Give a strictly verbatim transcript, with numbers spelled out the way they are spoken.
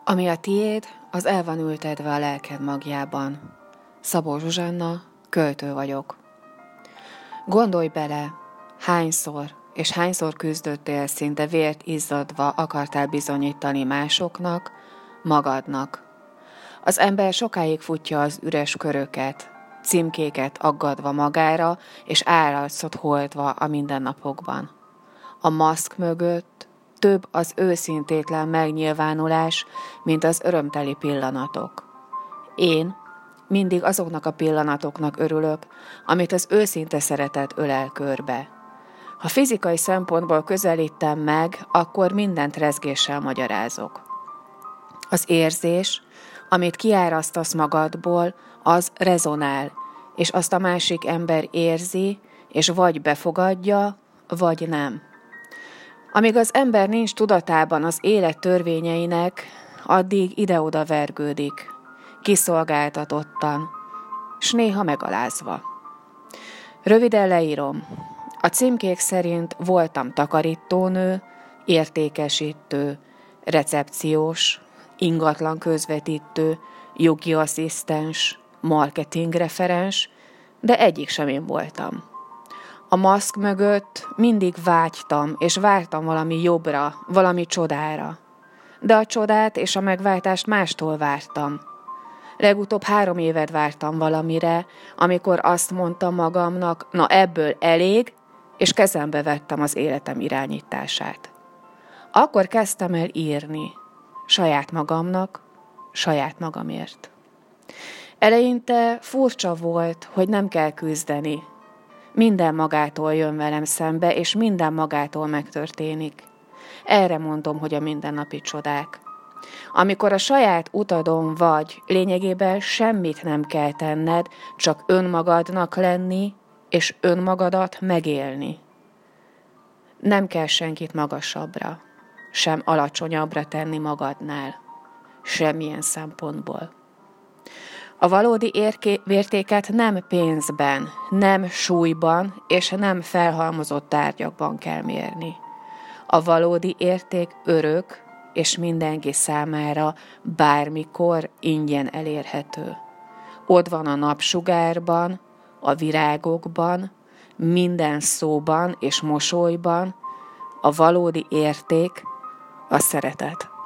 Ami a tiéd, az el van ültetve a lelked magjában. Szabó Zsuzsanna, költő vagyok. Gondolj bele, hányszor és hányszor küzdöttél, szinte vért izzadva akartál bizonyítani másoknak, magadnak. Az ember sokáig futja az üres köröket, címkéket aggadva magára, és állarcot hordva a mindennapokban. A maszk mögött több az őszintétlen megnyilvánulás, mint az örömteli pillanatok. Én mindig azoknak a pillanatoknak örülök, amit az őszinte szeretet ölel körbe. Ha fizikai szempontból közelítem meg, akkor mindent rezgéssel magyarázok. Az érzés, amit kiárasztasz magadból, az rezonál, és azt a másik ember érzi, és vagy befogadja, vagy nem. Amíg az ember nincs tudatában az élet törvényeinek, addig ide-oda vergődik, kiszolgáltatottan, s néha megalázva. Röviden leírom. A címkék szerint voltam takarítónő, értékesítő, recepciós, ingatlan közvetítő, jogi asszisztens, marketing referens, de egyik sem én voltam. A maszk mögött mindig vágytam, és vártam valami jobbra, valami csodára. De a csodát és a megváltást mástól vártam. Legutóbb három évet vártam valamire, amikor azt mondtam magamnak, na ebből elég, és kezembe vettem az életem irányítását. Akkor kezdtem el írni, saját magamnak, saját magamért. Eleinte furcsa volt, hogy nem kell küzdeni. Minden magától jön velem szembe, és minden magától megtörténik. Erre mondom, hogy a mindennapi csodák. Amikor a saját utadon vagy, lényegében semmit nem kell tenned, csak önmagadnak lenni, és önmagadat megélni. Nem kell senkit magasabbra, sem alacsonyabbra tenni magadnál, semmilyen szempontból. A valódi érké- értéket nem pénzben, nem súlyban és nem felhalmozott tárgyakban kell mérni. A valódi érték örök és mindenki számára bármikor ingyen elérhető. Ott van a napsugárban, a virágokban, minden szóban és mosolyban, a valódi érték, a szeretet.